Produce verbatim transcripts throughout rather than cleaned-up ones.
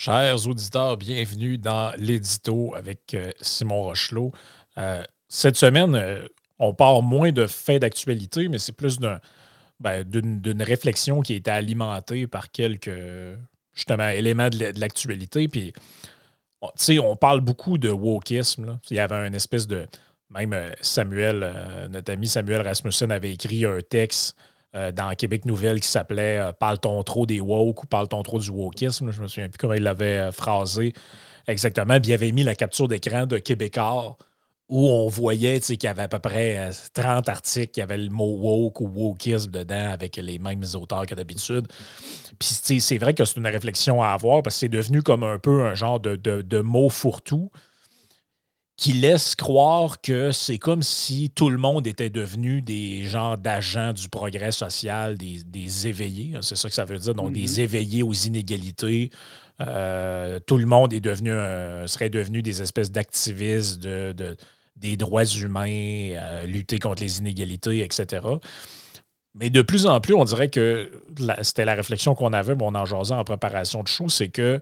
Chers auditeurs, bienvenue dans l'édito avec euh, Simon Rochelot. Euh, cette semaine, euh, on parle moins de faits d'actualité, mais c'est plus d'un, ben, d'une, d'une réflexion qui a été alimentée par quelques justement éléments de, la- de l'actualité. Puis, on, tu sais, on parle beaucoup de wokisme, là. Il y avait une espèce de. Même euh, Samuel, euh, notre ami Samuel Rasmussen avait écrit un texte euh, dans Québec Nouvelle qui s'appelait euh, Parle-t-on trop des woke ou parle-t-on trop du wokisme? Je me souviens plus comment il l'avait euh, phrasé exactement. Puis il avait mis la capture d'écran de Québécois où on voyait tu sais, qu'il y avait à peu près euh, trente articles, il y avait le mot woke ou wokisme dedans avec les mêmes auteurs que d'habitude. Puis tu sais, c'est vrai que c'est une réflexion à avoir parce que c'est devenu comme un peu un genre de, de, de mot fourre-tout qui laisse croire que c'est comme si tout le monde était devenu des genres d'agents du progrès social, des, des éveillés. C'est ça que ça veut dire. Donc, Mhm. des éveillés aux inégalités. Euh, tout le monde est devenu un- serait devenu des espèces d'activistes de, de- des droits humains, euh, lutter contre les inégalités, et cetera. Mais de plus en plus, on dirait que la- c'était la réflexion qu'on avait, bon, en jasant en préparation de show, c'est que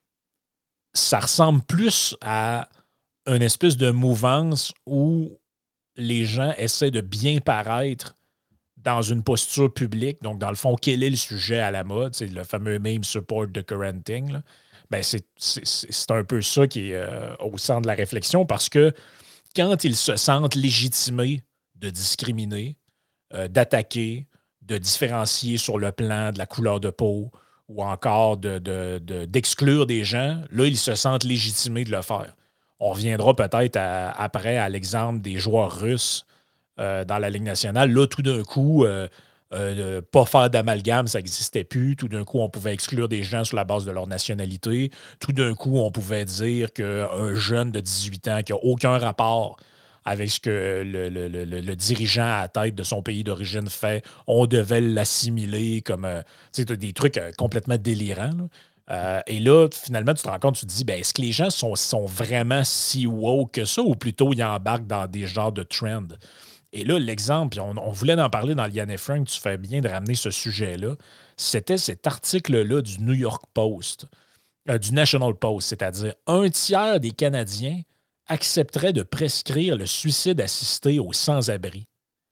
ça ressemble plus à une espèce de mouvance où les gens essaient de bien paraître dans une posture publique. Donc, dans le fond, quel est le sujet à la mode? C'est le fameux meme support the current thing. Là. Ben, c'est, c'est- c'est un peu ça qui est euh, au centre de la réflexion parce que quand ils se sentent légitimés de discriminer, euh, d'attaquer, de différencier sur le plan de la couleur de peau ou encore de, de- de- d'exclure des gens, là, ils se sentent légitimés de le faire. On reviendra peut-être à- après à l'exemple des joueurs russes euh, dans la Ligue nationale. Là, tout d'un coup, euh, euh, pas faire d'amalgame, ça n'existait plus. Tout d'un coup, on pouvait exclure des gens sur la base de leur nationalité. Tout d'un coup, on pouvait dire qu'un jeune de dix-huit ans qui n'a aucun rapport avec ce que le, le- le- le- le dirigeant à la tête de son pays d'origine fait, on devait l'assimiler comme euh, tu sais, t'as des trucs euh, complètement délirants. Là. Euh, et là, finalement, tu te rends compte, tu te dis, ben, est-ce que les gens sont, sont vraiment si woke que ça ou plutôt ils embarquent dans des genres de trends? Et là, l'exemple, puis on, on voulait en parler dans Liane et Frank, tu fais bien de ramener ce sujet-là, c'était cet article-là du New York Post, euh, du National Post, c'est-à-dire un tiers des Canadiens accepteraient de prescrire le suicide assisté aux sans-abri.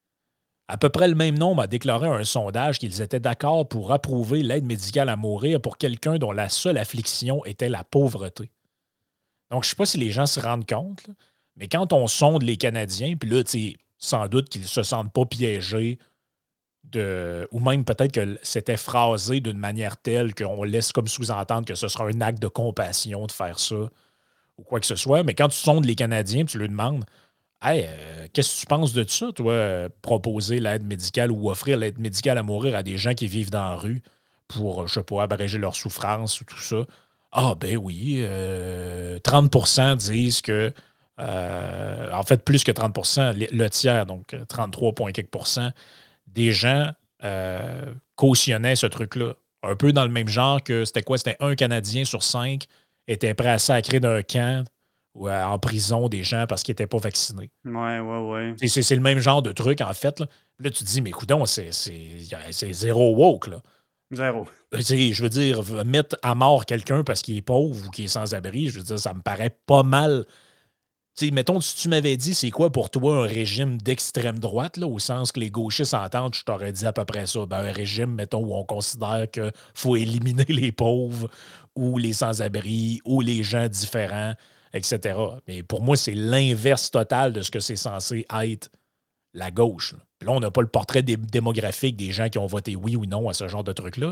À peu près le même nombre a déclaré à un sondage qu'ils étaient d'accord pour approuver l'aide médicale à mourir pour quelqu'un dont la seule affliction était la pauvreté. Donc, je ne sais pas si les gens se rendent compte, là, mais quand on sonde les Canadiens, puis là, tu sais, sans doute qu'ils ne se sentent pas piégés de, ou même peut-être que c'était phrasé d'une manière telle qu'on laisse comme sous-entendre que ce sera un acte de compassion de faire ça ou quoi que ce soit. Mais quand tu sondes les Canadiens, tu leur demandes Hey, euh, qu'est-ce que tu penses de ça, toi, euh, proposer l'aide médicale ou offrir l'aide médicale à mourir à des gens qui vivent dans la rue pour, euh, je sais pas, abréger leur souffrance ou tout ça? Ah, ben oui, euh, trente pour cent disent que, euh, en fait, plus que trente pour cent, le, le tiers, donc euh, trente-trois point quelques pour cent des gens euh, cautionnaient ce truc-là. Un peu dans le même genre que c'était quoi? C'était un Canadien sur cinq était prêt à sacrer d'un camp ou à- en prison des gens parce qu'ils n'étaient pas vaccinés. Ouais, ouais, ouais. C'est c'est- c'est le même genre de truc, en fait. Là, là tu te dis, mais écoute, c'est c'est- c'est zéro woke. Là. Zéro. Tu sais, je veux dire, mettre à mort quelqu'un parce qu'il est pauvre ou qu'il est sans-abri, je veux dire, ça me paraît pas mal. Tu sais, mettons, si tu m'avais dit, c'est quoi pour toi un régime d'extrême droite, là, au sens que les gauchistes s'entendent, je t'aurais dit à peu près ça. Ben, un régime, mettons, où on considère qu'il faut éliminer les pauvres ou les sans-abri ou les gens différents, et cetera. Mais pour moi, c'est l'inverse total de ce que c'est censé être la gauche. Là, Puis là, on n'a pas le portrait dé- démographique des gens qui ont voté oui ou non à ce genre de truc-là,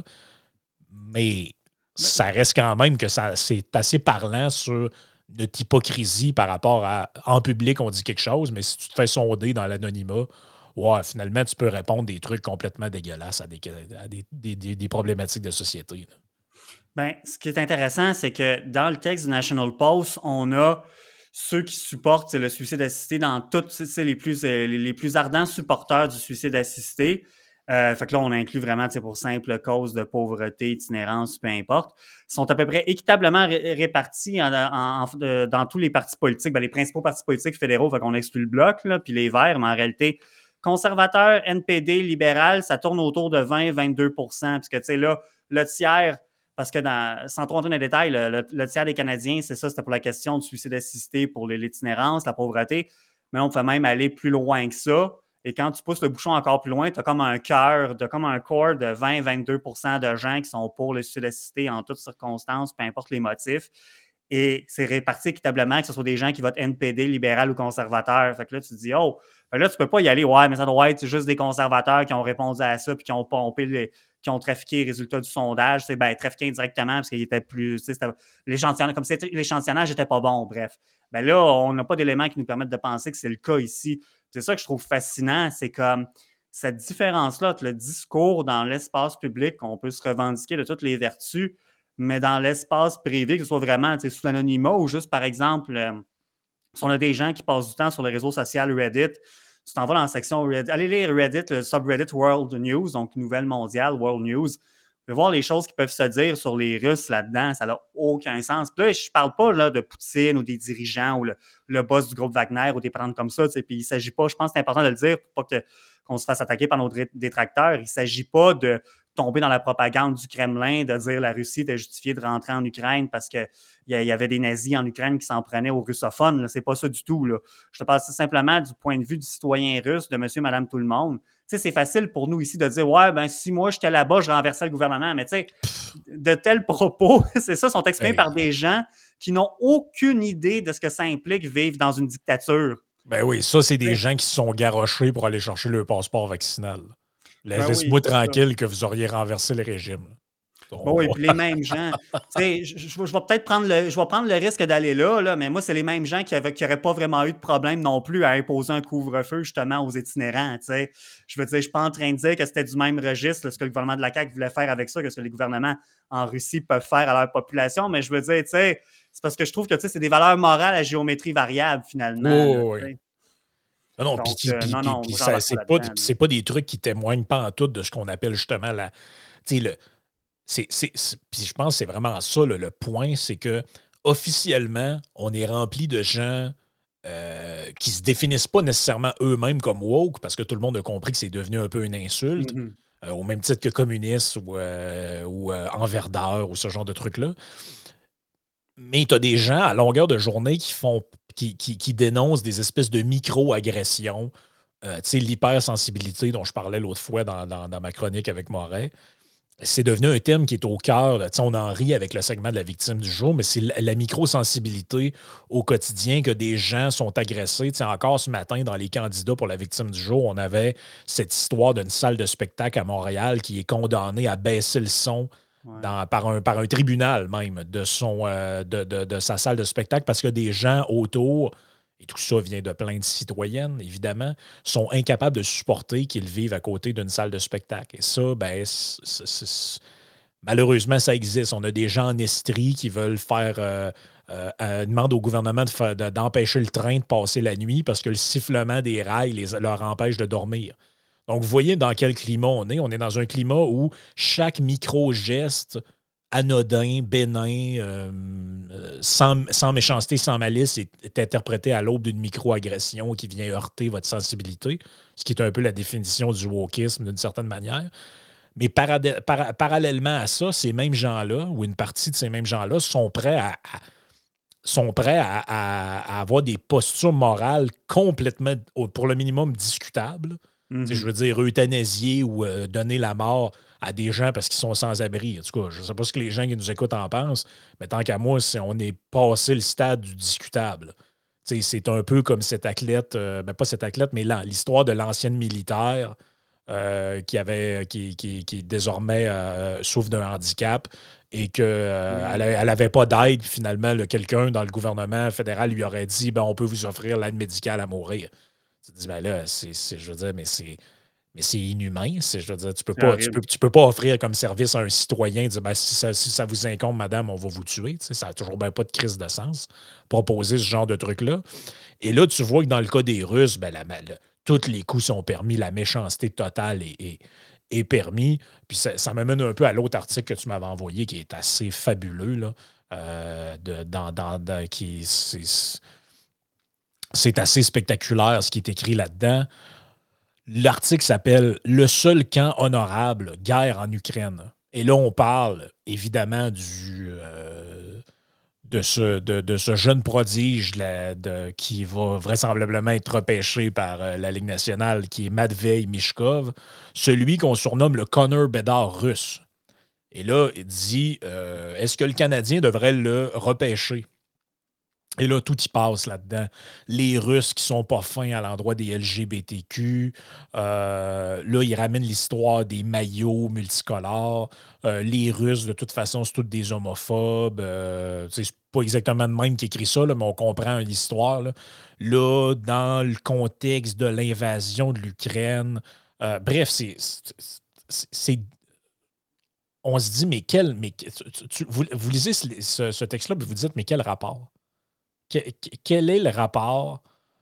mais Ben, ça reste quand même que ça, c'est assez parlant sur notre hypocrisie par rapport à en public, on dit quelque chose, mais si tu te fais sonder dans l'anonymat, ouais, finalement, tu peux répondre des trucs complètement dégueulasses à des, à des, des- des- des problématiques de société. Là. ben, ce qui est intéressant, c'est que dans le texte du National Post, on a ceux qui supportent c'est le suicide assisté dans toutes c'est les plus, euh, les, les plus ardents supporters du suicide assisté. Euh, fait que là, on inclut vraiment pour simple cause de pauvreté, itinérance, peu importe. Ils sont à peu près équitablement ré- répartis en- en- en- de- dans tous les partis politiques, ben, les principaux partis politiques fédéraux, fait qu'on exclut le bloc, là, puis les Verts, mais en réalité, conservateurs, N P D, libéral, ça tourne autour de vingt à vingt-deux pour cent, puisque tu sais, là, le tiers parce que dans, sans trop entrer dans les détails, le, le, le tiers des Canadiens, c'est ça, c'était pour la question du suicide assisté, pour l'itinérance, la pauvreté. Mais on peut même aller plus loin que ça. Et quand tu pousses le bouchon encore plus loin, tu as comme un cœur, tu as comme un corps de vingt à vingt-deux pour cent de gens qui sont pour le suicide assisté en toutes circonstances, peu importe les motifs. Et c'est réparti équitablement, que ce soit des gens qui votent N P D, libéral ou conservateur. Fait que là, tu te dis, oh, là, tu peux pas y aller. Ouais, mais ça doit être juste des conservateurs qui ont répondu à ça puis qui ont pompé, les, qui ont trafiqué les résultats du sondage. C'est ben, trafiqué indirectement parce qu'il était plus. L'échantillonnage, comme si l'échantillonnage n'était pas bon, bref. Ben là, on n'a pas d'éléments qui nous permettent de penser que c'est le cas ici. C'est ça que je trouve fascinant. C'est comme cette différence-là entre le discours dans l'espace public, qu'on peut se revendiquer de toutes les vertus, mais dans l'espace privé, que ce soit vraiment sous l'anonymat ou juste, par exemple, euh, si on a des gens qui passent du temps sur le réseau social Reddit, tu t'en vas dans la section Reddit, allez lire Reddit, le subreddit World News, donc Nouvelle Mondiale, World News. Vous pouvez voir les choses qui peuvent se dire sur les Russes là-dedans, ça n'a aucun sens. Puis là, je ne parle pas là, de Poutine ou des dirigeants ou le, le boss du groupe Wagner ou des parents comme ça. Puis il ne s'agit pas, je pense que c'est important de le dire pour pas que, qu'on se fasse attaquer par nos détracteurs. Il ne s'agit pas de tomber dans la propagande du Kremlin, de dire la Russie était justifiée de rentrer en Ukraine parce qu'il y, y avait des nazis en Ukraine qui s'en prenaient aux russophones. Ce n'est pas ça du tout. Là. Je te parle simplement du point de vue du citoyen russe, de monsieur, madame, tout le monde. Tu sais, c'est facile pour nous ici de dire « Ouais, ben si moi j'étais là-bas, je renversais le gouvernement. » Mais tu sais, de tels propos, c'est ça, sont exprimés hey. par des gens qui n'ont aucune idée de ce que ça implique vivre dans une dictature. Ben oui, ça, c'est des gens qui se sont garrochés pour aller chercher leur passeport vaccinal. Laisse-moi ben oui, tranquille ça. Que vous auriez renversé le régime. Ben oui, puis les mêmes gens. je, je, je vais peut-être prendre le, je vais prendre le risque d'aller là, là, mais moi, c'est les mêmes gens qui n'auraient pas vraiment eu de problème non plus à imposer un couvre-feu justement aux itinérants. T'sais. Je veux dire, je ne suis pas en train de dire que c'était du même registre, là, ce que le gouvernement de la C A Q voulait faire avec ça, que ce que les gouvernements en Russie peuvent faire à leur population, mais je veux dire, c'est parce que je trouve que c'est des valeurs morales à géométrie variable, finalement. Oh, là, oui. Non, non, Donc, puis, euh, puis, non, non, puis ça, c'est pas, c'est pas des trucs qui témoignent pas en tout de ce qu'on appelle justement la. Tu sais, le. C'est, c'est, c'est, puis je pense que c'est vraiment ça, le, le point, c'est que officiellement, on est rempli de gens euh, qui se définissent pas nécessairement eux-mêmes comme woke, parce que tout le monde a compris que c'est devenu un peu une insulte, mm-hmm. euh, au même titre que communiste ou, euh, ou euh, enverdeur ou ce genre de trucs-là. Mais tu as des gens à longueur de journée qui font qui, qui, qui dénoncent des espèces de micro-agressions. Euh, tu sais, l'hypersensibilité dont je parlais l'autre fois dans, dans, dans ma chronique avec Moret. C'est devenu un thème qui est au cœur. Là. On en rit avec le segment de la victime du jour, mais c'est la, la micro-sensibilité au quotidien que des gens sont agressés. T'sais, encore ce matin, dans les candidats pour la victime du jour, on avait cette histoire d'une salle de spectacle à Montréal qui est condamnée à baisser le son ouais. dans, par, un, par un tribunal même de, son, euh, de, de, de sa salle de spectacle parce que des gens autour, et tout ça vient de plein de citoyennes, évidemment, sont incapables de supporter qu'ils vivent à côté d'une salle de spectacle. Et ça, ben, c'est, c'est, c'est... malheureusement, ça existe. On a des gens en Estrie qui veulent faire... Euh, euh, euh, demandent au gouvernement de faire, de, d'empêcher le train de passer la nuit parce que le sifflement des rails les, leur empêche de dormir. Donc, vous voyez dans quel climat on est. On est dans un climat où chaque micro-geste anodin, bénin, euh, sans, sans méchanceté, sans malice, est, est interprété à l'aube d'une micro-agression qui vient heurter votre sensibilité, ce qui est un peu la définition du wokisme d'une certaine manière. Mais parade- para- parallèlement à ça, ces mêmes gens-là, ou une partie de ces mêmes gens-là, sont prêts à, à, sont prêts à, à, à avoir des postures morales complètement, pour le minimum, discutables. Mm-hmm. Je veux dire, euthanasier ou euh, donner la mort à des gens parce qu'ils sont sans abri. En tout cas, je ne sais pas ce que les gens qui nous écoutent en pensent, mais tant qu'à moi, c'est, on est passé le stade du discutable. T'sais, c'est un peu comme cet athlète, euh, ben pas cet athlète, mais là, l'histoire de l'ancienne militaire euh, qui, avait, qui, qui, qui désormais euh, souffre d'un handicap et qu'elle euh, n'avait pas d'aide. Finalement, là, quelqu'un dans le gouvernement fédéral lui aurait dit ben, on peut vous offrir l'aide médicale à mourir. Tu te dis, ben là, c'est, c'est, je veux dire, mais c'est. Mais c'est inhumain. C'est, je veux dire, tu peux pas, tu peux, tu peux pas offrir comme service à un citoyen, dire ben, si, ça, si ça vous incombe, madame, on va vous tuer. Tu sais, ça n'a toujours ben pas de crise de sens, proposer ce genre de truc-là. Et là, tu vois que dans le cas des Russes, ben, la, la, tous les coups sont permis, la méchanceté totale est, est, est permis. Puis ça, ça m'amène un peu à l'autre article que tu m'avais envoyé, qui est assez fabuleux, là, euh, de, dans, dans, dans, qui, c'est, c'est assez spectaculaire ce qui est écrit là-dedans. L'article s'appelle « Le seul camp honorable, guerre en Ukraine ». Et là, on parle évidemment du, euh, de, ce, de, de ce jeune prodige là, de, qui va vraisemblablement être repêché par euh, la Ligue nationale, qui est Matvei Mishkov, celui qu'on surnomme le Connor Bedard russe. Et là, il dit euh, est-ce que le Canadien devrait le repêcher? Et là, tout y passe là-dedans. Les Russes qui sont pas fins à l'endroit des L G B T Q. Euh, là, ils ramènent l'histoire des maillots multicolores. Euh, les Russes, de toute façon, c'est tous des homophobes. Euh, c'est pas exactement le même qui écrit ça, là, mais on comprend l'histoire. Là. Là, dans le contexte de l'invasion de l'Ukraine, euh, bref, c'est, c'est, c'est- on se dit, mais quel. Mais, tu- tu- vous, vous lisez ce, ce- ce texte-là, puis vous dites, mais quel rapport? Que- que- quel est le rapport?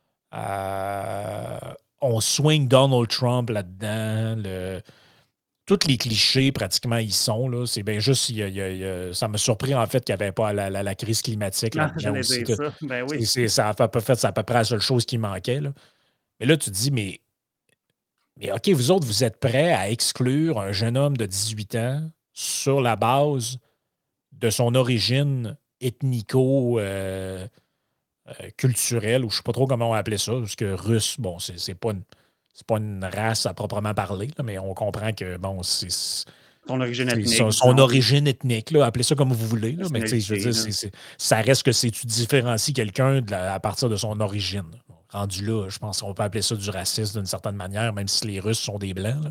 euh, on swing Donald Trump là-dedans. Le, tous les clichés, pratiquement, ils sont. Là. C'est bien juste, il y a- il y a- il y a- ça m'a surpris en fait qu'il n'y avait pas la, la- la crise climatique Ah, là-dedans j'allais aussi. dire Que ça. Ben c'est, oui. c'est- ça a à peu fait, c'est à peu près la seule chose qui manquait. Là. Mais là, tu te dis, mais, mais OK, vous autres, vous êtes prêts à exclure un jeune homme de dix-huit ans sur la base de son origine ethnico- euh, euh, culturelle, ou je ne sais pas trop comment on va appeler ça, parce que russe, bon, c'est c'est pas une, c'est pas une race à proprement parler, là, mais on comprend que, bon, c'est Son origine c'est ethnique, son, son disons, origine ethnique, là, appelez ça comme vous voulez, là, mais tu sais, je veux nationalité, dire, là. c'est- c'est- ça reste que c'est tu différencies quelqu'un de la- à partir de son origine. Bon, rendu là, je pense qu'on peut appeler ça du racisme d'une certaine manière, même si les Russes sont des Blancs. Là.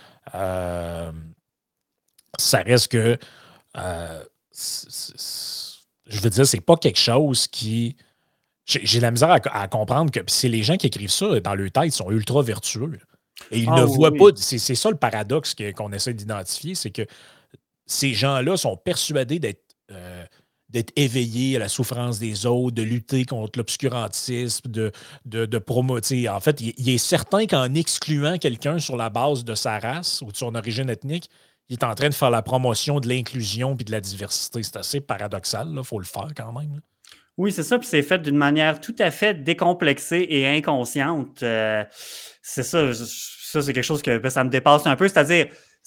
Euh, ça reste que, euh, c'est- c'est- je veux dire, c'est pas quelque chose qui j'ai j'ai de la misère à, à comprendre que puis c'est les gens qui écrivent ça dans leur tête, ils sont ultra vertueux. Et ils Ah ne oui, voient pas, oui. c'est c'est ça le paradoxe que- qu'on essaie d'identifier, c'est que ces gens-là sont persuadés d'être euh, d'être éveillés à la souffrance des autres, de lutter contre l'obscurantisme, de, de, de promoter. En fait, il, il est certain qu'en excluant quelqu'un sur la base de sa race ou de son origine ethnique, il est en train de faire la promotion de l'inclusion puis de la diversité. C'est assez paradoxal, il faut le faire quand même. Là. Oui, c'est ça, puis c'est fait d'une manière tout à fait décomplexée et inconsciente. Euh, c'est ça, je- ça c'est quelque chose que ben, ça me dépasse un peu, c'est-à-dire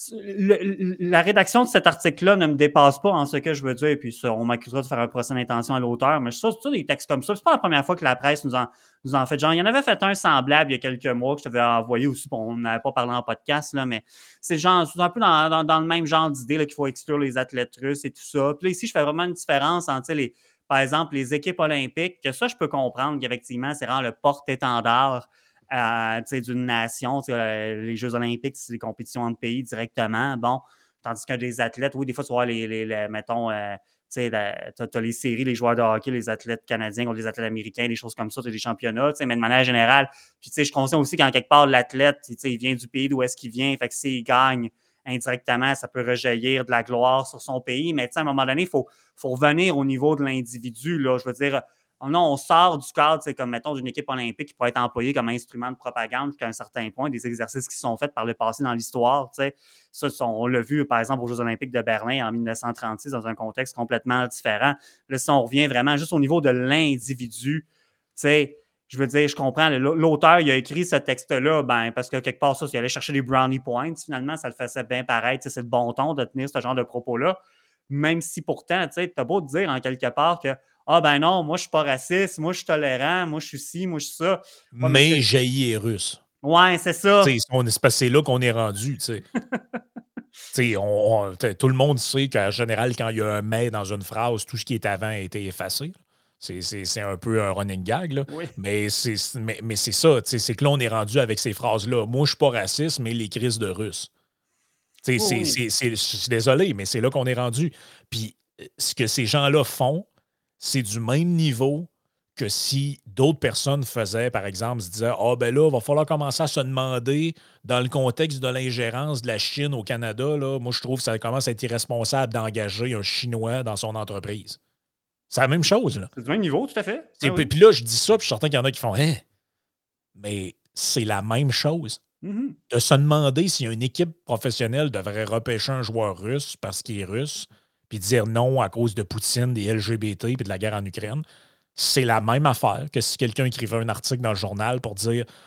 le- la rédaction de cet article-là ne me dépasse pas en ce que je veux dire, puis ça, on m'accusera de faire un procès d'intention à l'auteur, mais ça, c'est ça, des textes comme ça, c'est pas la première fois que la presse nous en, nous en fait. Genre, il y en avait fait un semblable il y a quelques mois que je t'avais envoyé aussi, puis on n'avait pas parlé en podcast, là, mais c'est genre, c'est un peu dans, dans- dans le même genre d'idée là, qu'il faut exclure les athlètes russes et tout ça. Puis là, ici, je fais vraiment une différence entre tu sais, les par exemple, les équipes olympiques, que ça, je peux comprendre qu'effectivement, c'est vraiment le porte-étendard euh, tu sais, d'une nation. Tu sais, euh, les Jeux olympiques, c'est des compétitions entre pays directement. Bon, tandis qu'un des athlètes, oui, des fois, tu vois, les, les, les mettons, euh, tu as les séries, les joueurs de hockey, les athlètes canadiens contre les athlètes américains, des choses comme ça, tu as des championnats, tu sais, mais de manière générale. Puis, tu sais, je conscient aussi qu'en quelque part, l'athlète, tu sais, il vient du pays d'où est-ce qu'il vient. Fait que s'il gagne indirectement, ça peut rejaillir de la gloire sur son pays. Mais, tu sais, à un moment donné, il faut faut revenir au niveau de l'individu. Là. Je veux dire, non, on sort du cadre, c'est comme, mettons, d'une équipe olympique qui pourrait être employée comme instrument de propagande jusqu'à un certain point, des exercices qui sont faits par le passé dans l'histoire. Tu sais. Ça, on l'a vu, par exemple, aux Jeux olympiques de Berlin en mille neuf cent trente-six, dans un contexte complètement différent. Là, si on revient vraiment juste au niveau de l'individu, tu sais, je veux dire, je comprends, l'auteur, il a écrit ce texte-là, ben, parce que quelque part, ça, il allait chercher des brownie points, finalement, ça le faisait bien paraître, c'est le bon ton de tenir ce genre de propos-là. Même si pourtant, tu sais, t'as beau te dire en quelque part que ah ben non, moi je suis pas raciste, moi je suis tolérant, moi je suis ci, moi je suis ça. Ouais, mais Mais jaillit est russe. ouais, c'est ça. C'est là qu'on est rendu. On, on, tout le monde sait qu'en général, quand il y a un mais dans une phrase, tout ce qui est avant a été effacé. C'est un peu un running gag. Là. Oui. Mais c'est mais, mais ça. C'est que là, on est rendu avec ces phrases-là. Moi, je suis pas raciste, mais les crises de Russes. Oui, oui. Je suis désolé, mais c'est là qu'on est rendu. Puis ce que ces gens-là font, c'est du même niveau que si d'autres personnes faisaient, par exemple, se disaient « Ah, oh, ben là, il va falloir commencer à se demander, dans le contexte de l'ingérence de la Chine au Canada, là, moi, je trouve que ça commence à être irresponsable d'engager un Chinois dans son entreprise. » C'est la même chose. C'est du même niveau, tout à fait. Ah, oui. Puis là, je dis ça, puis je suis certain qu'il y en a qui font « Hein? » Mais c'est la même chose. Mm-hmm. De se demander si une équipe professionnelle devrait repêcher un joueur russe parce qu'il est russe, puis dire non à cause de Poutine, des L G B T et de la guerre en Ukraine, c'est la même affaire que si quelqu'un écrivait un article dans le journal pour dire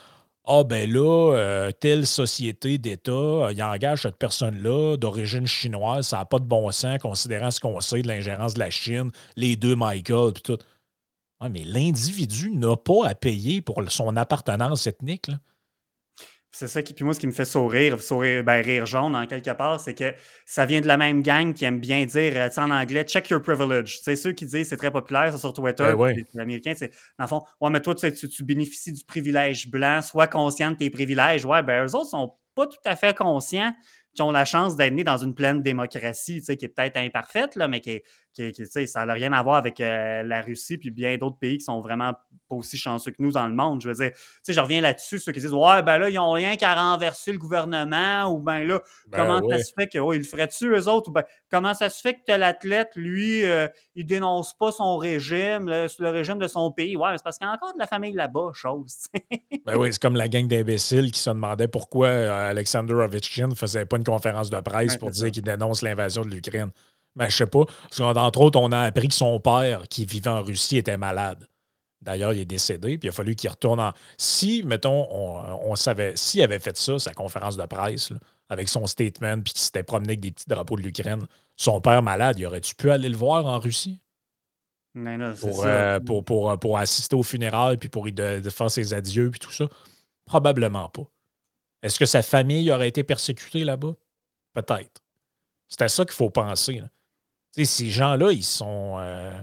Ah ben là, euh, telle société d'État, euh, il engage cette personne-là d'origine chinoise, ça n'a pas de bon sens, considérant ce qu'on sait de l'ingérence de la Chine, les deux Michael, puis tout. Ouais, mais l'individu n'a pas à payer pour son appartenance ethnique, là. C'est ça qui, puis moi, ce qui me fait sourire, sourire, ben, rire jaune en quelque part, c'est que ça vient de la même gang qui aime bien dire, euh, tu sais, en anglais, check your privilege. C'est ceux qui disent, c'est très populaire, ça sur Twitter, Ben puis oui. les Américains, c'est, dans le fond, ouais, mais toi, tu, sais, tu, tu bénéficies du privilège blanc, sois conscient de tes privilèges. Ouais, ben, eux autres sont pas tout à fait conscients qu'ils ont la chance d'être nés dans une pleine démocratie, tu sais, qui est peut-être imparfaite, là, mais qui est, qui, qui, tu sais, ça n'a rien à voir avec euh, la Russie puis bien d'autres pays qui sont vraiment pas aussi chanceux que nous dans le monde. Je veux dire, tu sais, je reviens là-dessus, ceux qui disent ouais, ben là, ils n'ont rien qu'à renverser le gouvernement, ou ben là, Ben comment ça oui. se fait que, oh, ils le feraient-tu, eux autres, ou ben comment ça se fait que tel athlète, lui, euh, il dénonce pas son régime, le, le régime de son pays. Ouais, c'est parce qu'il y a encore de la famille là-bas, chose. Ben oui, c'est comme la gang d'imbéciles qui se demandait pourquoi euh, Alexander Ovechkin ne faisait pas une conférence de presse Ouais, pour c'est dire ça. qu'il dénonce l'invasion de l'Ukraine. Ben, je sais pas. Parce qu'entre autres, on a appris que son père, qui vivait en Russie, était malade. D'ailleurs, il est décédé, puis il a fallu qu'il retourne en. Si, mettons, on, on savait, s'il avait fait ça, sa conférence de presse, là, avec son statement, puis qu'il s'était promené avec des petits drapeaux de l'Ukraine, son père malade, il aurait-tu pu aller le voir en Russie Mais là, c'est pour, ça. euh, pour, pour, pour assister aux funérailles, puis pour y de, de faire ses adieux, puis tout ça? Probablement pas. Est-ce que sa famille aurait été persécutée là-bas? Peut-être. C'est à ça qu'il faut penser, là. Tu sais, ces gens-là, ils sont. euh,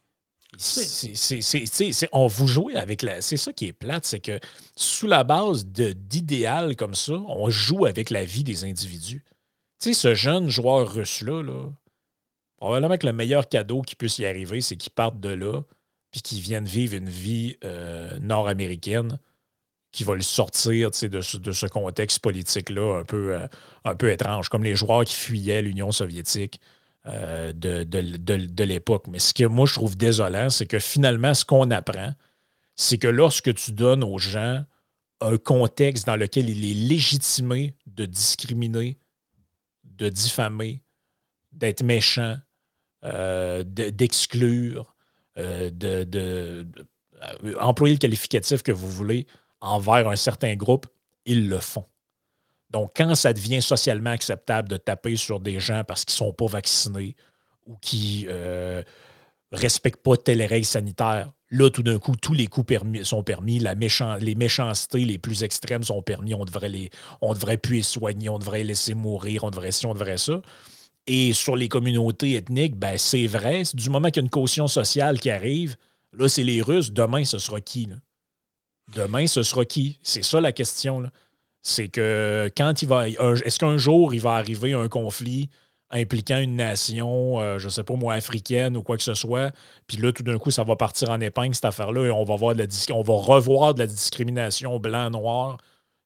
C'est c'est- c'est- c'est- c'est- c'est- on vous jouez avec la. C'est ça qui est plate, c'est que sous la base de- d'idéal comme ça, on joue avec la vie des individus. Tu sais, ce jeune joueur russe-là, là, probablement que le meilleur cadeau qui puisse y arriver, c'est qu'il parte de là, puis qu'il vienne vivre une vie euh, nord-américaine qui va le sortir, tu sais, de, ce, de ce contexte politique-là un peu, euh, un peu étrange, comme les joueurs qui fuyaient l'Union soviétique euh, de, de, de- de l'époque. Mais ce que moi, je trouve désolant, c'est que finalement, ce qu'on apprend, c'est que lorsque tu donnes aux gens un contexte dans lequel il est légitimé de discriminer, de diffamer, d'être méchant, euh, de- d'exclure, euh, de, de- de- euh, employer le qualificatif que vous voulez envers un certain groupe, ils le font. Donc, quand ça devient socialement acceptable de taper sur des gens parce qu'ils ne sont pas vaccinés ou qui ne respectent pas telles règles sanitaires, là, tout d'un coup, tous les coups permis, sont permis. La méchan- les méchancetés les plus extrêmes sont permis. On devrait les, on devrait plus les soigner, on devrait les laisser mourir, on devrait ci, on devrait ça. Et sur les communautés ethniques, ben, c'est vrai. Du moment qu'il y a une caution sociale qui arrive, là, c'est les Russes. Demain, ce sera qui, là? Demain, ce sera qui? C'est ça la question, là. C'est que quand il va. un- Est-ce qu'un jour, il va arriver un conflit impliquant une nation, euh, je ne sais pas moi, africaine ou quoi que ce soit, puis là, tout d'un coup, ça va partir en épingle, cette affaire-là, et on va, voir de la dis- on va revoir de la discrimination blanc-noir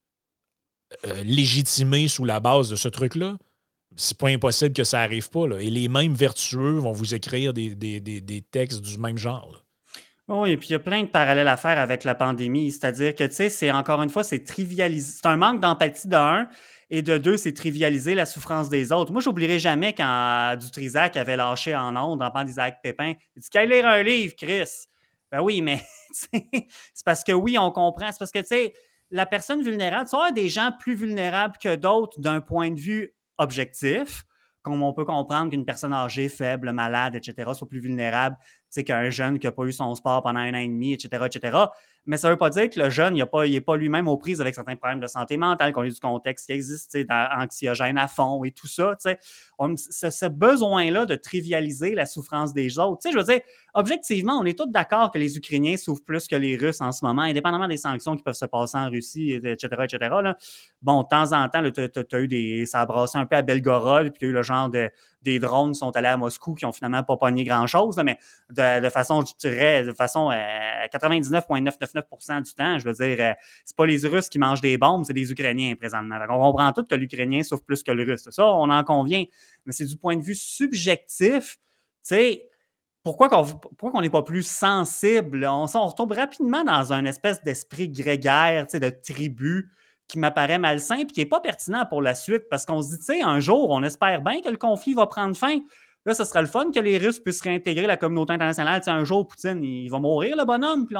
euh, légitimée sous la base de ce truc-là? C'est pas impossible que ça arrive pas, là. Et les mêmes vertueux vont vous écrire des, des- des- des textes du même genre, là. Oui, et puis il y a plein de parallèles à faire avec la pandémie. C'est-à-dire que, tu sais, c'est encore une fois, c'est trivialiser. C'est un manque d'empathie de un, et de deux, c'est trivialiser la souffrance des autres. Moi, j'oublierai jamais quand euh, Dutrisac avait lâché en ondes, en parlant d'Isaac Pépin. Il dit qu'à lire un livre, Chris. Ben oui, mais tu sais, c'est parce que oui, on comprend. C'est parce que, tu sais, la personne vulnérable, tu vois, des gens plus vulnérables que d'autres d'un point de vue objectif, comme on peut comprendre qu'une personne âgée, faible, malade, et cetera, soit plus vulnérable qu'un jeune qui n'a pas eu son sport pendant un an et demi, et cetera, et cetera. Mais ça ne veut pas dire que le jeune n'est pas, pas lui-même aux prises avec certains problèmes de santé mentale, qu'on ait du contexte qui existe, anxiogène à fond et tout ça. On, ce, ce besoin-là de trivialiser la souffrance des autres. Je veux dire, objectivement, on est tous d'accord que les Ukrainiens souffrent plus que les Russes en ce moment, indépendamment des sanctions qui peuvent se passer en Russie, et cetera, et cetera. Là. Bon, de temps en temps, tu as eu des. Ça a brassé un peu à Belgorod, puis tu as eu le genre de. Des drones qui sont allés à Moscou qui n'ont finalement pas pogné grand-chose, mais de, de façon, je dirais, de façon euh, quatre-vingt-dix-neuf virgule neuf neuf neuf pour cent du temps, je veux dire, euh, c'est pas les Russes qui mangent des bombes, c'est les Ukrainiens présentement. Donc, on comprend tout que l'Ukrainien souffre plus que le Russe. Ça, on en convient. Mais c'est du point de vue subjectif, tu sais, pourquoi qu'on pourquoi qu'on n'est pas plus sensible? On, on retombe rapidement dans un espèce d'esprit grégaire, tu sais, de tribu qui m'apparaît malsain et qui n'est pas pertinent pour la suite parce qu'on se dit, tu sais, un jour, on espère bien que le conflit va prendre fin. Là, ce serait le fun que les Russes puissent réintégrer la communauté internationale. Tu sais, un jour, Poutine, il va mourir, le bonhomme. Puis là,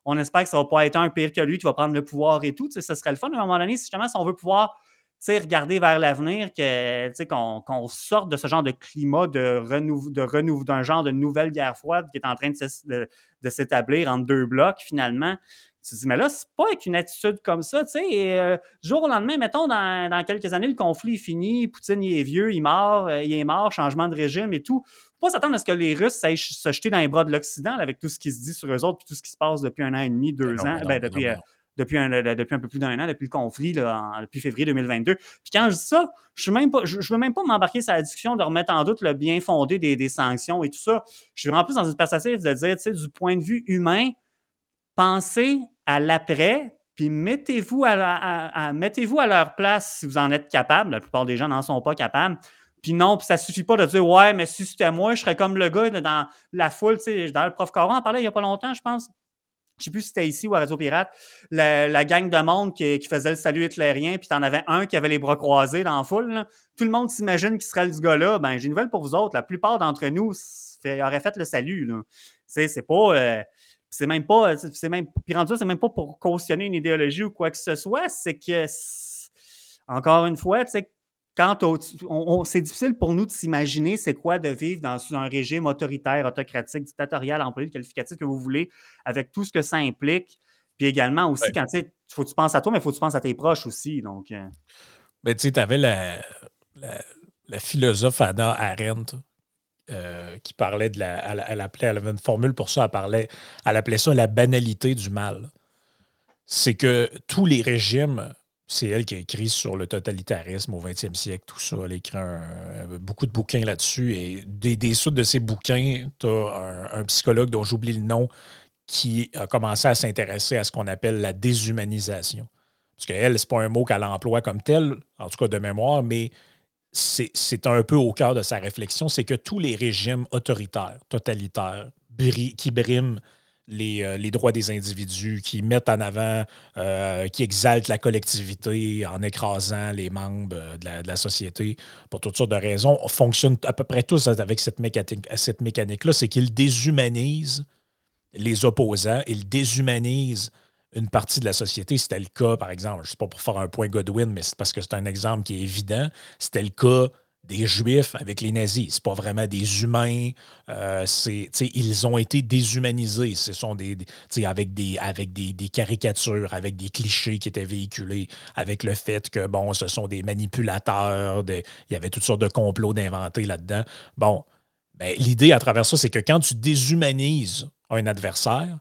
On espère que ça ne va pas être un pire que lui qui va prendre le pouvoir et tout. Tu sais, ce serait le fun à un moment donné, si justement, si on veut pouvoir tu sais, regarder vers l'avenir, que, tu sais, qu'on, qu'on sorte de ce genre de climat de renouveau, de renouveau, d'un genre de nouvelle guerre froide qui est en train de, s- de- de s'établir entre deux blocs, finalement. Tu te dis, mais là, c'est pas avec une attitude comme ça, tu sais. Et, euh, du jour au lendemain, mettons, dans, dans quelques années, le conflit est fini, Poutine, il est vieux, il est mort, euh, il est mort, changement de régime et tout. Faut pas s'attendre à ce que les Russes aillent se jeter dans les bras de l'Occident là, avec tout ce qui se dit sur eux autres puis tout ce qui se passe depuis un an et demi, Ben deux non, ans, ben non, ben, ben non, depuis, ben euh, non. depuis, un, depuis un peu plus d'un an, depuis le conflit, là, en- depuis février deux mille vingt-deux. Puis quand je dis ça, je ne veux même pas m'embarquer sur la discussion de remettre en doute le bien fondé des, des sanctions et tout ça. Je suis vraiment plus dans une perspective de dire, tu sais, du point de vue humain, pensez à l'après, puis mettez-vous à, à, à, mettez-vous à leur place si vous en êtes capable. La plupart des gens n'en sont pas capables. Puis non, puis ça ne suffit pas de dire, ouais, mais si c'était moi, je serais comme le gars dans la foule. Tu sais, dans le prof Caron en parlait il n'y a pas longtemps, je pense. Je ne sais plus si c'était ici ou à Radio Pirate, la, la gang de monde qui, qui faisait le salut hitlérien, puis tu en avais un qui avait les bras croisés dans la foule. Là. Tout le monde s'imagine qu'il serait ce gars-là. Ben, j'ai une nouvelle pour vous autres. La plupart d'entre nous fait, auraient fait le salut. Là. C'est, c'est pas. Euh, c'est même pas. C'est même, puis rendu là, c'est même pas pour cautionner une idéologie ou quoi que ce soit. C'est que, c'est, encore une fois, tu sais, quand on, on, c'est difficile pour nous de s'imaginer c'est quoi de vivre dans un régime autoritaire, autocratique, dictatorial, employé le qualificatif que vous voulez, avec tout ce que ça implique. Puis également aussi, Ouais. quand tu sais, il faut que tu penses à toi, mais il faut que tu penses à tes proches aussi. Donc, euh... Ben, tu sais, tu avais la, la, la philosophe Hannah Arendt euh, qui parlait de la elle, elle, appelait, elle avait une formule pour ça, elle parlait, elle appelait ça la banalité du mal. C'est que tous les régimes, c'est elle qui a écrit sur le totalitarisme au vingtième siècle, tout ça. Elle a écrit un- beaucoup de bouquins là-dessus. Et des, des suites de ces bouquins, tu as un, un psychologue dont j'oublie le nom qui a commencé à s'intéresser à ce qu'on appelle la déshumanisation. Parce qu'elle, ce n'est pas un mot qu'elle emploie comme tel, en tout cas de mémoire, mais c'est c'est un peu au cœur de sa réflexion, c'est que tous les régimes autoritaires, totalitaires, bri- qui briment les, euh, les droits des individus, qui mettent en avant, euh, qui exaltent la collectivité en écrasant les membres euh, de la, de la société pour toutes sortes de raisons, fonctionnent à peu près tous avec cette mécanique, cette mécanique-là, c'est qu'ils déshumanisent les opposants, ils déshumanisent une partie de la société. C'était le cas, par exemple, je ne sais pas pour faire un point Godwin, mais c'est parce que c'est un exemple qui est évident. C'était le cas des Juifs avec les nazis. C'est pas vraiment des humains. Euh, c'est, tu sais, ils ont été déshumanisés. Ce sont des, des- tu sais, avec des, avec des, des caricatures, avec des clichés qui étaient véhiculés, avec le fait que, bon, ce sont des manipulateurs, de- il y avait toutes sortes de complots d'inventés là-dedans. Bon, ben, l'idée à travers ça, c'est que quand tu déshumanises un adversaire,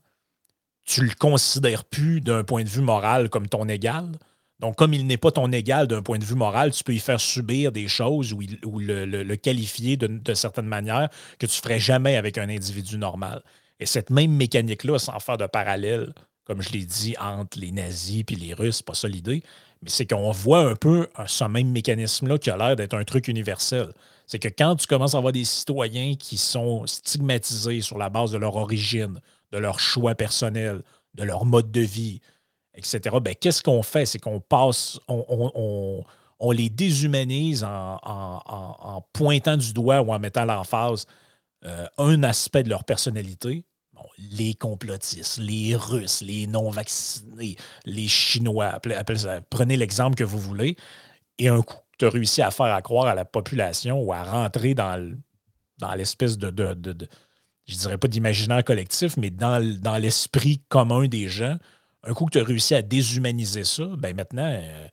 tu ne le considères plus d'un point de vue moral comme ton égal. Donc, comme il n'est pas ton égal d'un point de vue moral, tu peux y faire subir des choses ou, il- ou le, le- le qualifier de, de certaines manières que tu ne ferais jamais avec un individu normal. Et cette même mécanique-là, sans faire de parallèle, comme je l'ai dit, entre les nazis et les Russes, c'est pas ça l'idée, mais c'est qu'on voit un peu un- ce même mécanisme-là qui a l'air d'être un truc universel. C'est que quand tu commences à avoir des citoyens qui sont stigmatisés sur la base de leur origine, de leur choix personnel, de leur mode de vie, et cetera, ben, qu'est-ce qu'on fait? C'est qu'on passe, on, on- on- on les déshumanise en, en- en- en pointant du doigt ou en mettant l'emphase euh, un aspect de leur personnalité. Bon, les complotistes, les Russes, les non-vaccinés, les Chinois, appelez- appelez ça- prenez l'exemple que vous voulez, et un coup, tu as réussi à faire à croire à la population ou à rentrer dans le- dans l'espèce de, de, de- de- je dirais pas d'imaginaire collectif, mais dans, l- dans l'esprit commun des gens, un coup que tu as réussi à déshumaniser ça, ben maintenant, euh,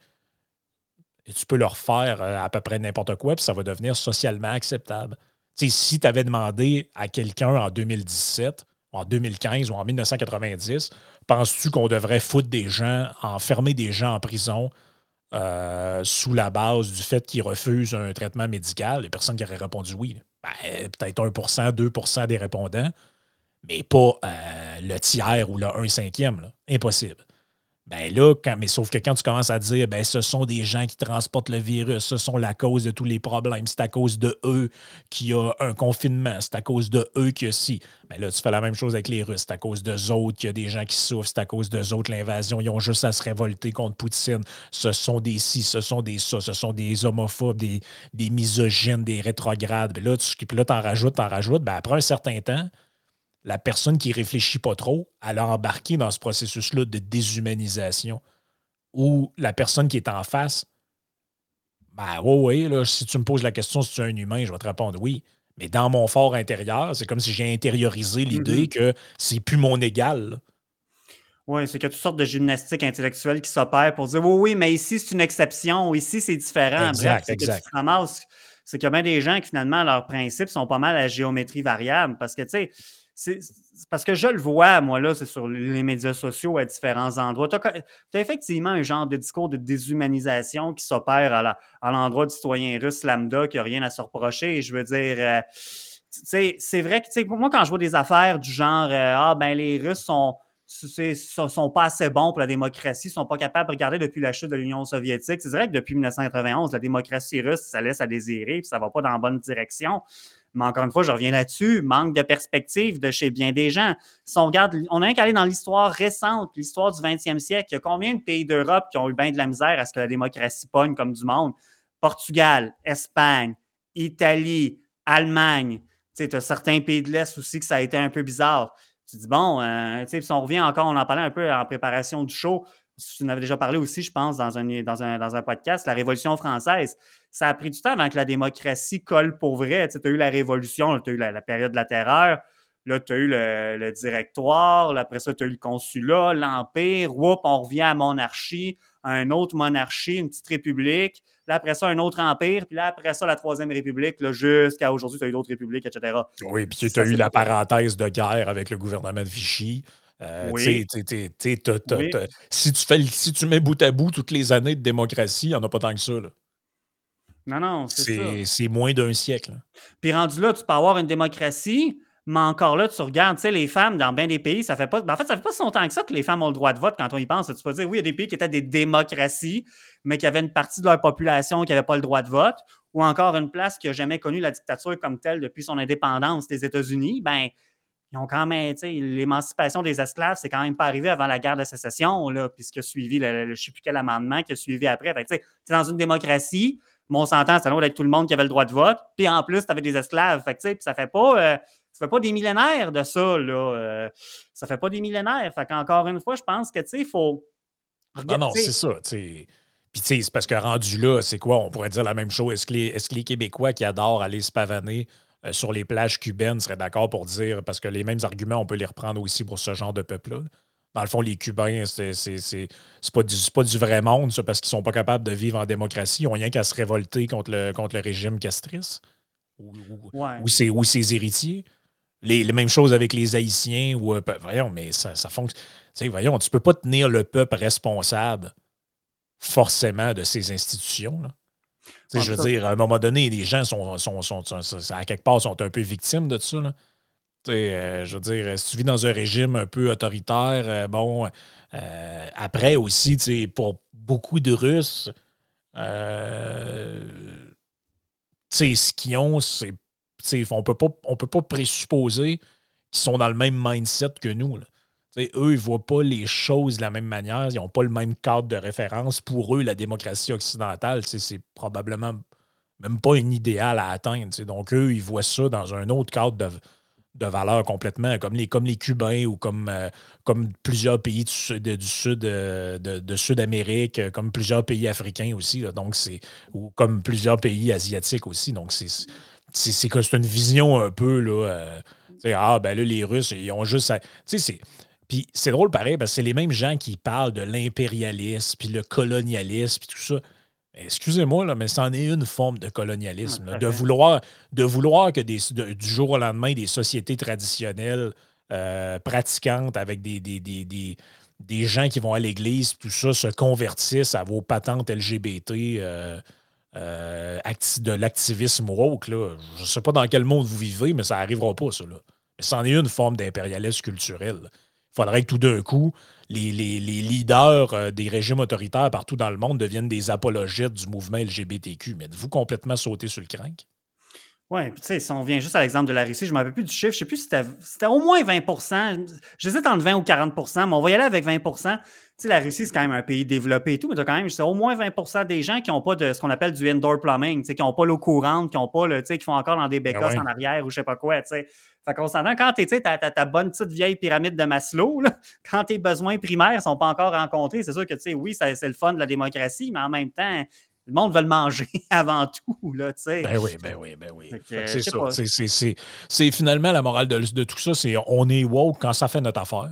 tu peux leur faire euh, à peu près n'importe quoi, puis ça va devenir socialement acceptable. Tu sais, si tu avais demandé à quelqu'un en deux mille dix-sept, en deux mille quinze ou en mille neuf cent quatre-vingt-dix, penses-tu qu'on devrait foutre des gens, enfermer des gens en prison euh, sous la base du fait qu'ils refusent un traitement médical? Les personnes qui auraient répondu oui. Ben, peut-être un pour cent, deux pour cent des répondants, mais pas euh, le tiers ou le un cinquième. Là. Impossible. Ben là, quand, mais sauf que quand tu commences à dire, ben ce sont des gens qui transportent le virus, ce sont la cause de tous les problèmes, c'est à cause de eux qu'il y a un confinement, c'est à cause de eux qu'il y a ci. Ben là, tu fais la même chose avec les Russes, c'est à cause d'eux autres qu'il y a des gens qui souffrent, c'est à cause d'eux autres l'invasion, ils ont juste à se révolter contre Poutine. Ce sont des ci, ce sont des ça, ce sont des homophobes, des, des misogynes, des rétrogrades. Ben là, tu puis là, t'en rajoutes, t'en rajoutes. Ben après un certain temps, la personne qui réfléchit pas trop, elle a embarqué dans ce processus-là de déshumanisation où la personne qui est en face, ben oui, oui, là, si tu me poses la question si tu es un humain, je vais te répondre oui. Mais dans mon fort intérieur, c'est comme si j'ai intériorisé l'idée Mhm. que c'est plus mon égal. Là. Oui, c'est qu'il y a toutes sortes de gymnastiques intellectuelles qui s'opèrent pour dire oui, oui, mais ici, c'est une exception, ici, c'est différent. Bref, Exact, c'est que tu te exact. ramasses. C'est qu'il y a bien des gens qui, finalement, leurs principes sont pas mal à la géométrie variable. Parce que, tu sais, c'est c'est parce que je le vois, moi, là, c'est sur les médias sociaux à différents endroits. Tu as, effectivement un genre de discours de déshumanisation qui s'opère à la- à l'endroit du citoyen russe lambda qui n'a rien à se reprocher. Et je veux dire, euh, tu sais, c'est vrai que, tu sais, pour moi, quand je vois des affaires du genre, euh, ah, ben, les Russes sont ne sont pas assez bons pour la démocratie, ne sont pas capables de regarder depuis la chute de l'Union soviétique. C'est vrai que depuis mille neuf cent quatre-vingt-onze, la démocratie russe, ça laisse à désirer, puis ça ne va pas dans la bonne direction. Mais encore une fois, je reviens là-dessus, manque de perspective de chez bien des gens. Si on regarde, on a un qu'à aller dans l'histoire récente, l'histoire du vingtième siècle, il y a combien de pays d'Europe qui ont eu bien de la misère à ce que la démocratie pogne comme du monde? Portugal, Espagne, Italie, Allemagne. Tu sais, as certains pays de l'Est aussi que ça a été un peu bizarre. Tu dis, bon, euh, tu sais, si on revient encore, on en parlait un peu en préparation du show. Tu en avais déjà parlé aussi, je pense, dans un, dans un, dans un podcast, la Révolution française. Ça a pris du temps avant que la démocratie colle pour vrai. Tu as eu la Révolution, tu as eu la, la période de la terreur, là, tu as eu le, le directoire, là, après ça, tu as eu le consulat, l'Empire, whoop, on revient à monarchie, à une autre monarchie, une petite république, là, après ça, un autre empire, puis là, après ça, la Troisième République, là, jusqu'à aujourd'hui, tu as eu d'autres républiques, et cetera. Oui, puis tu as Ça, eu c'est la pas... parenthèse de guerre avec le gouvernement de Vichy. Euh, tu sais, Oui, tu sais, tu sais, t'as- t'as- oui. t'as- si tu fais, le- si tu mets bout à bout toutes les années de démocratie, il n'y en a pas tant que ça. Là. Non, non, c'est ça. C'est c'est moins d'un siècle. Là. Puis rendu là, tu peux avoir une démocratie, mais encore là, tu regardes, tu sais, les femmes dans bien des pays, ça fait pas. Ben, en fait, ça fait pas si longtemps que ça que les femmes ont le droit de vote quand on y pense. Tu peux dire, oui, il y a des pays qui étaient des démocraties, mais qui avaient une partie de leur population qui n'avait pas le droit de vote, ou encore une place qui n'a jamais connu la dictature comme telle depuis son indépendance des États-Unis. Ben, ils ont quand même, tu sais, l'émancipation des esclaves, c'est quand même pas arrivé avant la guerre de sécession, là, puis ce qui a suivi, le, le, je ne sais plus quel amendement qui a suivi après. Fait que, tu sais, dans une démocratie, mais on s'entend, c'est loin d'être tout le monde qui avait le droit de vote, puis en plus, tu avais des esclaves. Fait que, tu sais, ça fait pas. Euh, ça fait pas des millénaires de ça, là. Euh, ça fait pas des millénaires. Fait qu'encore une fois, je pense que, tu sais, il faut. Non, Regarde, non, tu c'est sais, ça. T'sais. Puis, tu sais, c'est parce que rendu là, c'est quoi? On pourrait dire la même chose. Est-ce que les, est-ce que les Québécois qui adorent aller se pavaner euh, sur les plages cubaines seraient d'accord pour dire, parce que les mêmes arguments, on peut les reprendre aussi pour ce genre de peuple-là. Dans le fond, les Cubains, c'est, c'est, c'est, c'est pas du, c'est pas du vrai monde, ça, parce qu'ils sont pas capables de vivre en démocratie. Ils n'ont rien qu'à se révolter contre le, contre le régime castrice ou, ou, ouais. ou ses, ou ses héritiers. Les, les mêmes choses avec les Haïtiens. Ou, euh, voyons, mais ça, ça fonctionne. Tu sais, voyons, tu peux pas tenir le peuple responsable forcément de ces institutions. Là. Ouais, Je veux ça, dire, à un moment donné, les gens sont, sont, sont, sont- sont- à quelque part sont un peu victimes de ça. Là. Euh, je veux dire, si tu vis dans un régime un peu autoritaire, euh, bon, euh, après aussi, pour beaucoup de Russes, euh, ce qu'ils ont, c'est. On peut pas, on peut pas présupposer qu'ils sont dans le même mindset que nous. Là. T'sais, eux, ils ne voient pas les choses de la même manière. Ils n'ont pas le même cadre de référence. Pour eux, la démocratie occidentale, c'est probablement même pas un idéal à atteindre. T'sais. Donc, eux, ils voient ça dans un autre cadre de, de valeur complètement, comme les, comme les Cubains ou comme, euh, comme plusieurs pays du sud, du sud euh, de, de Sud-Amérique, euh, comme plusieurs pays africains aussi. Là. Donc, c'est ou comme plusieurs pays asiatiques aussi. Donc, c'est c'est c'est que c'est une vision un peu là. Euh, tu sais, ah, ben là, les Russes, ils ont juste. à- Tu sais, c'est. Puis c'est drôle pareil, parce que c'est les mêmes gens qui parlent de l'impérialisme, puis le colonialisme, puis tout ça. Excusez-moi, là, mais c'en est une forme de ouais, colonialisme. tout Là, à de, fait. vouloir, de vouloir que des, de- du jour au lendemain, des sociétés traditionnelles euh, pratiquantes avec des, des, des, des, des gens qui vont à l'église, tout ça, se convertissent à vos patentes L G B T, euh, euh, acti- de l'activisme woke. Là. Je ne sais pas dans quel monde vous vivez, mais ça n'arrivera pas, ça. Là. Mais c'en est une forme d'impérialisme culturel. Il faudrait que tout d'un coup, les, les- les leaders euh, des régimes autoritaires partout dans le monde deviennent des apologètes du mouvement L G B T Q. Mais êtes-vous complètement sauté sur le crank? Oui, puis tu sais, si on vient juste à l'exemple de la Russie, je ne me rappelle plus du chiffre, je ne sais plus si c'était, c'était au moins vingt pour cent. J'hésite entre vingt ou quarante pour cent, mais on va y aller avec vingt pour cent. Tu sais, la Russie, c'est quand même un pays développé et tout, mais tu as quand même c'est au moins vingt pour cent des gens qui n'ont pas de ce qu'on appelle du indoor plumbing, tu sais, qui n'ont pas l'eau courante, qui n'ont pas le, tu sais, qui font encore dans des Ben bécosses en ouais. arrière ou je ne sais pas quoi, tu sais. Fait qu'on s'entend, quand tu sais, ta, ta, ta bonne petite vieille pyramide de Maslow, là, quand tes besoins primaires ne sont pas encore rencontrés, c'est sûr que, tu sais, oui, ça, c'est le fun de la démocratie, mais en même temps, le monde veut le manger avant tout, là, tu sais. Ben oui, ben oui, ben oui. Fait que, Fait que euh, c'est je sais ça. pas. C'est, c'est, c'est, c'est finalement la morale de, de tout ça, c'est on est woke quand ça fait notre affaire.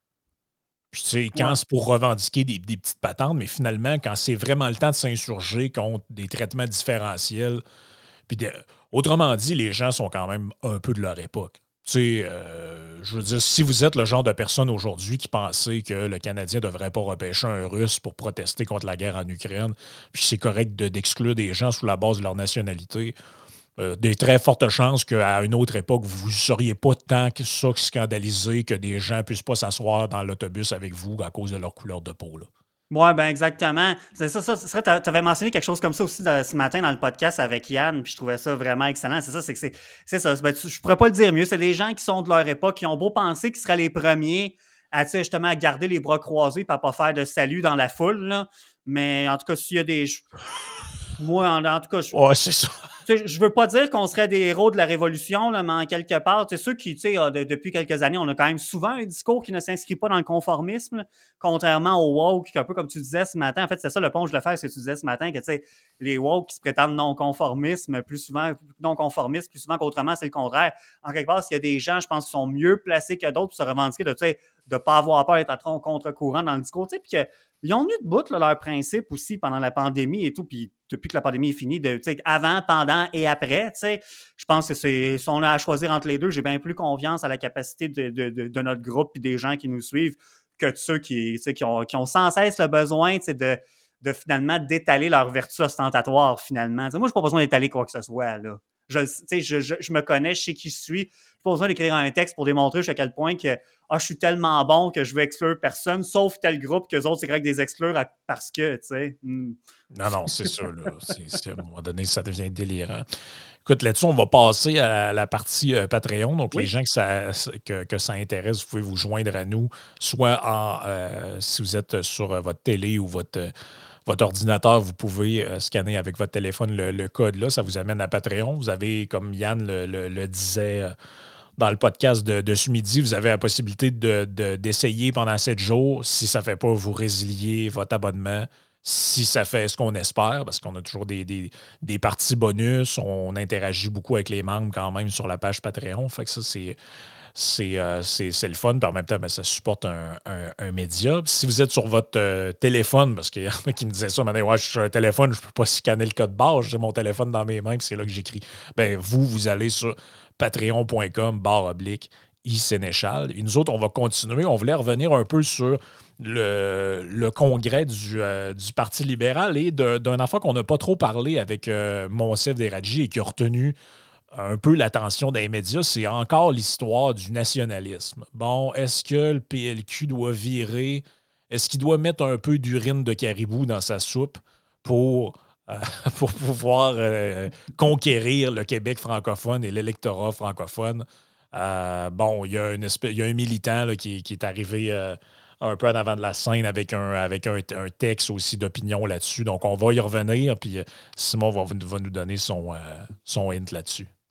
Puis, tu sais, quand Ouais. c'est pour revendiquer des, des petites patentes, mais finalement, quand c'est vraiment le temps de s'insurger contre des traitements différentiels, puis de- autrement dit, les gens sont quand même un peu de leur époque. Tu sais, euh, je veux dire, si vous êtes le genre de personne aujourd'hui qui pensait que le Canadien ne devrait pas repêcher un Russe pour protester contre la guerre en Ukraine, puis c'est correct de- d'exclure des gens sous la base de leur nationalité, euh, des très fortes chances qu'à une autre époque, vous ne seriez pas tant que ça scandalisé que des gens ne puissent pas s'asseoir dans l'autobus avec vous à cause de leur couleur de peau. Là. Oui, ben exactement. C'est ça, ça, tu avais mentionné quelque chose comme ça aussi de- ce matin dans le podcast avec Yann, puis je trouvais ça vraiment excellent. C'est ça, c'est que c'est c'est ça. Ben, tu- je pourrais pas le dire mieux. C'est des gens qui sont de leur époque, qui ont beau penser qu'ils seraient les premiers à, tu sais, justement, à garder les bras croisés et à pas faire de salut dans la foule, là. Mais en tout cas, s'il y a des. Moi, en, en tout cas, je, Ouais, c'est ça. tu sais, je veux pas dire qu'on serait des héros de la Révolution, là, mais en quelque part, c'est ceux qui, tu sais, euh, de- depuis quelques années, on a quand même souvent un discours qui ne s'inscrit pas dans le conformisme, là, contrairement aux woke, un peu comme tu disais ce matin. En fait, c'est ça le pont que je le fais, c'est que tu disais ce matin, que tu sais, les woke qui se prétendent non-conformisme, plus souvent, non-conformistes, plus souvent qu'autrement, c'est le contraire. En quelque part, s'il y a des gens, je pense, qui sont mieux placés que d'autres pour se revendiquer de, tu sais, de ne pas avoir peur d'être à tronc contre-courant dans le discours, tu sais, puis que ils ont mis de bout là, leur principe aussi pendant la pandémie et tout, puis depuis que la pandémie est finie, de, avant, pendant et après. Je pense que c'est, si on a à choisir entre les deux, j'ai bien plus confiance à la capacité de, de, de, de notre groupe et des gens qui nous suivent que de ceux qui, qui, ont, qui ont sans cesse le besoin de, de finalement d'étaler leur vertu ostentatoire finalement. T'sais, moi, je n'ai pas besoin d'étaler quoi que ce soit. Là. Je, je, je, je me connais, je sais qui je suis. Je n'ai pas besoin d'écrire un texte pour démontrer jusqu'à quel point que ah, je suis tellement bon que je veux exclure personne, sauf tel groupe que les autres, c'est correct de les exclure à, parce que, tu sais. Hmm. Non, non, c'est ça. Là. C'est, c'est, à un moment donné, ça devient délirant. Écoute, là-dessus, on va passer à la partie euh, Patreon. Donc, Oui. les gens que ça, que, que ça intéresse, vous pouvez vous joindre à nous, soit en, euh, si vous êtes sur euh, votre télé ou votre, euh, votre ordinateur, vous pouvez euh, scanner avec votre téléphone le, le code là. Ça vous amène à Patreon. Vous avez, comme Yann le, le, le disait euh, dans le podcast de, de ce midi, vous avez la possibilité de, de- d'essayer pendant sept jours. Si ça ne fait pas, vous résiliez votre abonnement. Si ça fait ce qu'on espère, parce qu'on a toujours des, des, des parties bonus, on interagit beaucoup avec les membres quand même sur la page Patreon. Fait que ça, c'est, c'est, euh, c'est, c'est le fun. Puis en même temps, ben, ça supporte un, un- un média. Puis si vous êtes sur votre euh, téléphone, parce qu'il y en a qui me disaient ça, maintenant, ouais, je suis sur un téléphone, je ne peux pas scanner le code barre, j'ai mon téléphone dans mes mains, puis c'est là que j'écris. Ben, vous, vous allez sur patreon.com barre oblique iSénéchal. Et nous autres, on va continuer. On voulait revenir un peu sur le, le congrès du, euh, du Parti libéral et de- d'un enfant qu'on n'a pas trop parlé avec euh, Monsef Deradji et qui a retenu un peu l'attention des médias, c'est encore l'histoire du nationalisme. Bon, est-ce que le P L Q doit virer? Est-ce qu'il doit mettre un peu d'urine de caribou dans sa soupe pour, euh, pour pouvoir euh, conquérir le Québec francophone et l'électorat francophone? Euh, bon, il y a, une espèce, il y a un militant là, qui, qui est arrivé euh, un peu en avant de la scène avec un, avec un, un texte aussi d'opinion là-dessus. Donc, on va y revenir, puis euh, Simon va, va nous donner son, euh, son hint là-dessus.